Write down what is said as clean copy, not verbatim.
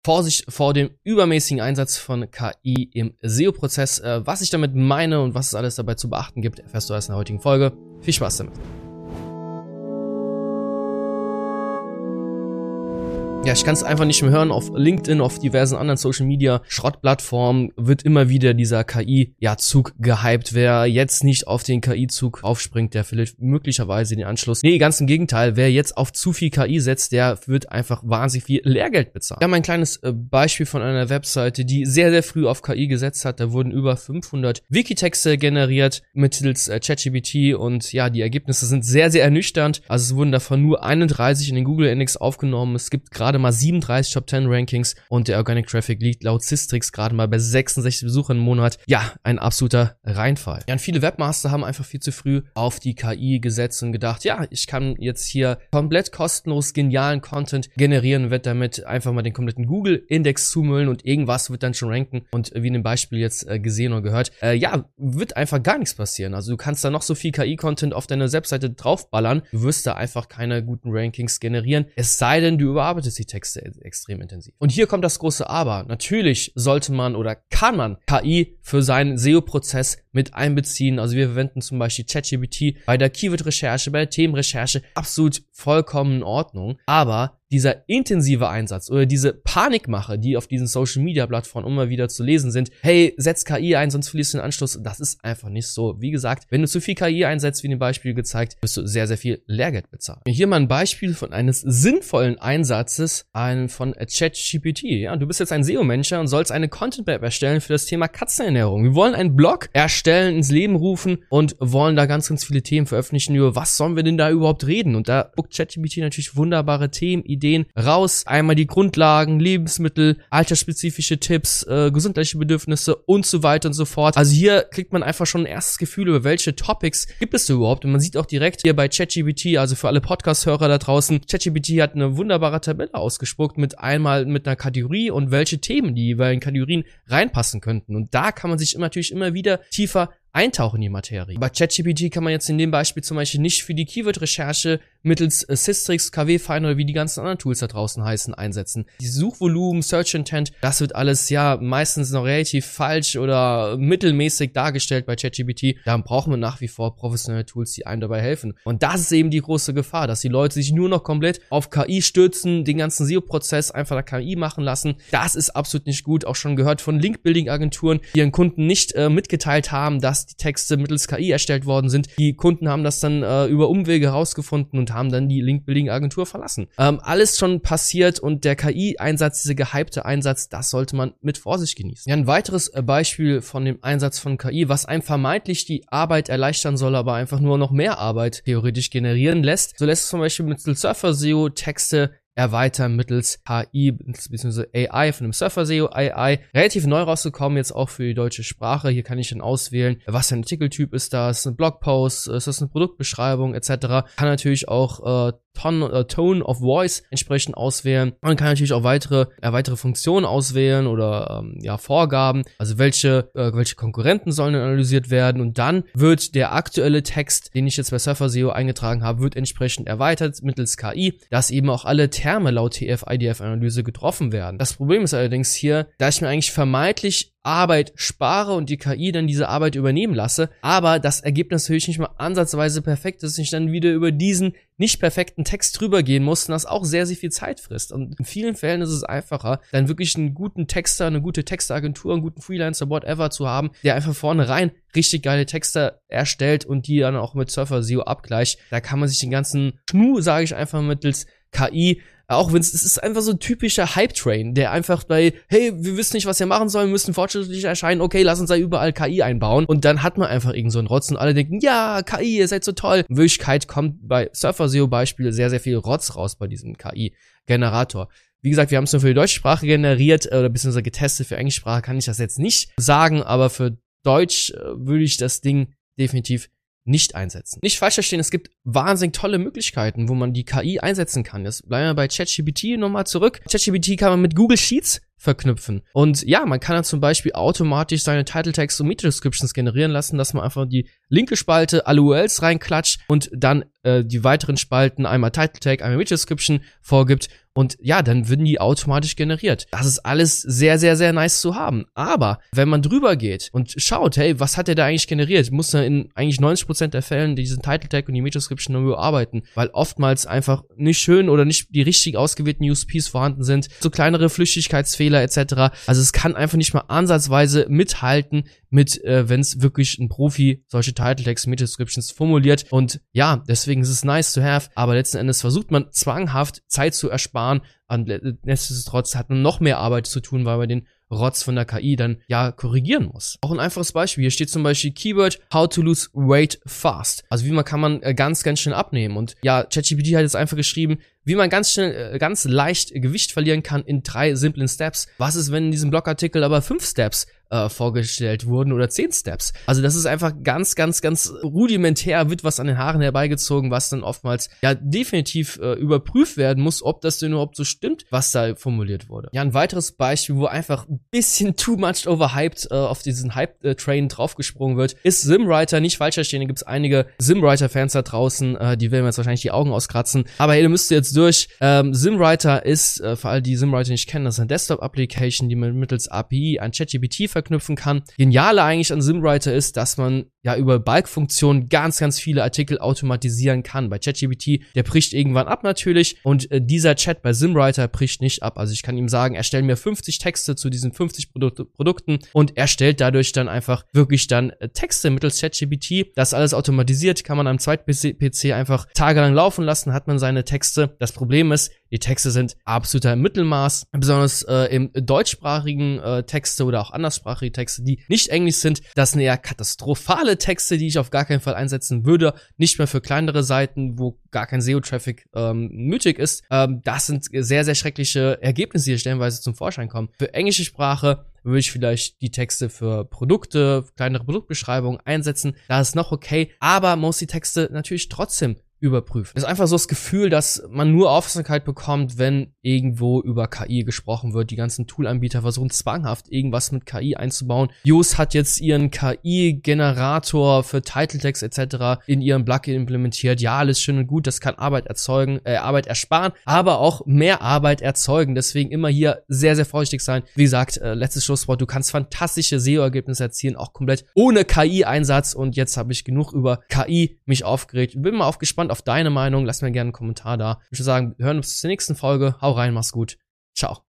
Vorsicht vor dem übermäßigen Einsatz von KI im SEO-Prozess. Was ich damit meine und was es alles dabei zu beachten gibt, erfährst du erst in der heutigen Folge. Viel Spaß damit. Ja, ich kann es einfach nicht mehr hören. Auf LinkedIn, auf diversen anderen Social-Media-Schrottplattformen wird immer wieder dieser KI-Zug gehypt. Wer jetzt nicht auf den KI-Zug aufspringt, der verliert möglicherweise den Anschluss. Nee, ganz im Gegenteil. Wer jetzt auf zu viel KI setzt, der wird einfach wahnsinnig viel Lehrgeld bezahlen. Wir haben ein kleines Beispiel von einer Webseite, die sehr, sehr früh auf KI gesetzt hat. Da wurden über 500 Wikitexte generiert mittels ChatGPT und ja, die Ergebnisse sind sehr, sehr ernüchternd. Also es wurden davon nur 31 in den Google-Index aufgenommen. Es gibt gerade mal 37 Top 10 Rankings und der Organic Traffic liegt laut Sistrix gerade mal bei 66 Besuchern im Monat. Ja, ein absoluter Reinfall. Ja, und viele Webmaster haben einfach viel zu früh auf die KI gesetzt und gedacht, ja, ich kann jetzt hier komplett kostenlos genialen Content generieren und werde damit einfach mal den kompletten Google-Index zumüllen und irgendwas wird dann schon ranken. Und wie in dem Beispiel jetzt gesehen oder gehört, wird einfach gar nichts passieren. Also du kannst da noch so viel KI-Content auf deine Webseite draufballern, du wirst da einfach keine guten Rankings generieren, es sei denn, du überarbeitest die Texte extrem intensiv. Und hier kommt das große Aber. Natürlich sollte man oder kann man KI für seinen SEO-Prozess mit einbeziehen. Also wir verwenden zum Beispiel ChatGPT bei der Keyword-Recherche, bei der Themenrecherche. Absolut vollkommen in Ordnung. Aber dieser intensive Einsatz oder diese Panikmache, die auf diesen Social-Media-Plattformen immer wieder zu lesen sind, hey, setz KI ein, sonst verlierst du den Anschluss, das ist einfach nicht so. Wie gesagt, wenn du zu viel KI einsetzt, wie in dem Beispiel gezeigt, wirst du sehr, sehr viel Lehrgeld bezahlen. Hier mal ein Beispiel von eines sinnvollen Einsatzes von ChatGPT. Ja, du bist jetzt ein SEO-Manager und sollst eine Content-Map erstellen für das Thema Katzenernährung. Wir wollen einen Blog erstellen, ins Leben rufen und wollen da ganz, ganz viele Themen veröffentlichen, über was sollen wir denn da überhaupt reden? Und da guckt ChatGPT natürlich wunderbare Themen, Ideen raus. Einmal die Grundlagen, Lebensmittel, altersspezifische Tipps, gesundheitliche Bedürfnisse und so weiter und so fort. Also hier kriegt man einfach schon ein erstes Gefühl, über welche Topics gibt es überhaupt. Und man sieht auch direkt hier bei ChatGPT, also für alle Podcast-Hörer da draußen, ChatGPT hat eine wunderbare Tabelle ausgespuckt mit einer Kategorie und welche Themen die jeweiligen Kategorien reinpassen könnten. Und da kann man sich natürlich immer wieder tiefer eintauchen in die Materie. Bei ChatGPT kann man jetzt in dem Beispiel zum Beispiel nicht für die Keyword-Recherche mittels Sistrix, KW-Finder oder wie die ganzen anderen Tools da draußen heißen, einsetzen. Die Suchvolumen, Search Intent, das wird alles ja meistens noch relativ falsch oder mittelmäßig dargestellt bei ChatGPT. Da brauchen wir nach wie vor professionelle Tools, die einem dabei helfen. Und das ist eben die große Gefahr, dass die Leute sich nur noch komplett auf KI stürzen, den ganzen SEO-Prozess einfach der KI machen lassen. Das ist absolut nicht gut. Auch schon gehört von Link-Building-Agenturen, die ihren Kunden nicht mitgeteilt haben, dass die Texte mittels KI erstellt worden sind. Die Kunden haben das dann über Umwege herausgefunden und haben dann die Link-Building-Agentur verlassen. Alles schon passiert und der KI-Einsatz, dieser gehypte Einsatz, das sollte man mit Vorsicht genießen. Ja, ein weiteres Beispiel von dem Einsatz von KI, was einem vermeintlich die Arbeit erleichtern soll, aber einfach nur noch mehr Arbeit theoretisch generieren lässt. So lässt es zum Beispiel mittels Surfer-SEO Texte erweitern mittels KI bzw. AI von dem Surfer-SEO AI. Relativ neu rausgekommen, jetzt auch für die deutsche Sprache. Hier kann ich dann auswählen, was für ein Artikeltyp ist das, ein Blogpost, ist das eine Produktbeschreibung etc. Kann natürlich auch Tone of Voice entsprechend auswählen. Man kann natürlich auch weitere Funktionen auswählen oder Vorgaben, also welche Konkurrenten sollen dann analysiert werden und dann wird der aktuelle Text, den ich jetzt bei Surfer-SEO eingetragen habe, wird entsprechend erweitert mittels KI, dass eben auch alle Terme laut TF-IDF-Analyse getroffen werden. Das Problem ist allerdings hier, da ich mir eigentlich vermeintlich Arbeit spare und die KI dann diese Arbeit übernehmen lasse, aber das Ergebnis natürlich nicht mal ansatzweise perfekt ist, ich dann wieder über diesen nicht perfekten Text drüber gehen muss und das auch sehr, sehr viel Zeit frisst. Und in vielen Fällen ist es einfacher, dann wirklich einen guten Texter, eine gute Textagentur, einen guten Freelancer, whatever zu haben, der einfach vornherein richtig geile Texte erstellt und die dann auch mit Surfer-SEO abgleicht. Da kann man sich den ganzen Schmuh, sage ich einfach, mittels KI, auch wenn es ist einfach so ein typischer Hype-Train, der einfach hey, wir wissen nicht, was wir machen sollen, wir müssen fortschrittlich erscheinen, okay, lass uns da überall KI einbauen. Und dann hat man einfach irgend so einen Rotz und alle denken, ja, KI, ihr seid so toll. In Wirklichkeit kommt bei Surfer-SEO-Beispiel sehr, sehr viel Rotz raus bei diesem KI-Generator. Wie gesagt, wir haben es nur für die deutsche Sprache generiert oder beziehungsweise getestet. Für Englischsprache kann ich das jetzt nicht sagen, aber für Deutsch würde ich das Ding definitiv nicht einsetzen. Nicht falsch verstehen, es gibt wahnsinnig tolle Möglichkeiten, wo man die KI einsetzen kann. Jetzt bleiben wir bei ChatGPT nochmal zurück. ChatGPT kann man mit Google Sheets verknüpfen. Und ja, man kann dann zum Beispiel automatisch seine Title Tags und Meta Descriptions generieren lassen, dass man einfach die linke Spalte alle URLs reinklatscht und dann die weiteren Spalten einmal Title Tag, einmal Meta Description vorgibt und ja, dann würden die automatisch generiert. Das ist alles sehr, sehr, sehr nice zu haben. Aber wenn man drüber geht und schaut, hey, was hat der da eigentlich generiert, muss er in eigentlich 90% der Fällen diesen Title Tag und die Meta Description nur überarbeiten, weil oftmals einfach nicht schön oder nicht die richtig ausgewählten USPs vorhanden sind, so kleinere Flüchtigkeitsfehler etc. Also es kann einfach nicht mal ansatzweise mithalten mit, wenn es wirklich ein Profi solche Title Tags, Meta Descriptions formuliert. Und ja, deswegen ist es nice to have, aber letzten Endes versucht man zwanghaft Zeit zu ersparen. Und nichtsdestotrotz hat man noch mehr Arbeit zu tun, weil man den Rotz von der KI dann ja korrigieren muss. Auch ein einfaches Beispiel, hier steht zum Beispiel Keyword How to lose weight fast. Also wie man kann man ganz, ganz schnell abnehmen. Und ja, ChatGPT hat jetzt einfach geschrieben, wie man ganz schnell, ganz leicht Gewicht verlieren kann in 3 simplen Steps. Was ist, wenn in diesem Blogartikel aber 5 Steps vorgestellt wurden oder 10 Steps? Also das ist einfach ganz, ganz, ganz rudimentär, wird was an den Haaren herbeigezogen, was dann oftmals ja definitiv überprüft werden muss, ob das denn überhaupt so stimmt, was da formuliert wurde. Ja, ein weiteres Beispiel, wo einfach ein bisschen too much overhyped auf diesen Hype-Train draufgesprungen wird, ist SimWriter. Nicht falsch verstehen, da gibt's einige SimWriter-Fans da draußen, die werden mir jetzt wahrscheinlich die Augen auskratzen. Aber hey, du müsst jetzt durch. SimWriter ist, für alle, die SimWriter nicht kennen, das ist eine Desktop-Application, die man mittels API an ChatGPT verknüpfen kann. Geniale eigentlich an SimWriter ist, dass man ja über Bulk-Funktionen ganz, ganz viele Artikel automatisieren kann. Bei ChatGPT, der bricht irgendwann ab natürlich und dieser Chat bei SimWriter bricht nicht ab. Also ich kann ihm sagen, erstell mir 50 Texte zu diesen 50 Produkten und erstellt dadurch dann einfach wirklich dann Texte mittels ChatGPT. Das alles automatisiert, kann man am Zweit-PC einfach tagelang laufen lassen, hat man seine Texte. Das Problem ist, die Texte sind absoluter Mittelmaß, besonders im deutschsprachigen Texte oder auch anderssprachige Texte, die nicht Englisch sind. Das sind eher katastrophale Texte, die ich auf gar keinen Fall einsetzen würde. Nicht mehr für kleinere Seiten, wo gar kein SEO-Traffic nötig ist. Das sind sehr, sehr schreckliche Ergebnisse, die hier stellenweise zum Vorschein kommen. Für englische Sprache würde ich vielleicht die Texte für Produkte, kleinere Produktbeschreibungen einsetzen. Da ist noch okay, aber man muss die Texte natürlich trotzdem überprüfen. Es ist einfach so das Gefühl, dass man nur Aufmerksamkeit bekommt, wenn irgendwo über KI gesprochen wird. Die ganzen Toolanbieter versuchen zwanghaft irgendwas mit KI einzubauen. Yoast hat jetzt ihren KI-Generator für Title Tags etc. in ihrem Plugin implementiert. Ja, alles schön und gut, das kann Arbeit ersparen, aber auch mehr Arbeit erzeugen. Deswegen immer hier sehr, sehr vorsichtig sein. Wie gesagt, letztes Schlusswort, du kannst fantastische SEO-Ergebnisse erzielen, auch komplett ohne KI-Einsatz. Und jetzt habe ich genug über KI mich aufgeregt. Bin mal gespannt auf deine Meinung. Lass mir gerne einen Kommentar da. Ich würde sagen, wir hören uns zur nächsten Folge. Hau rein, mach's gut. Ciao.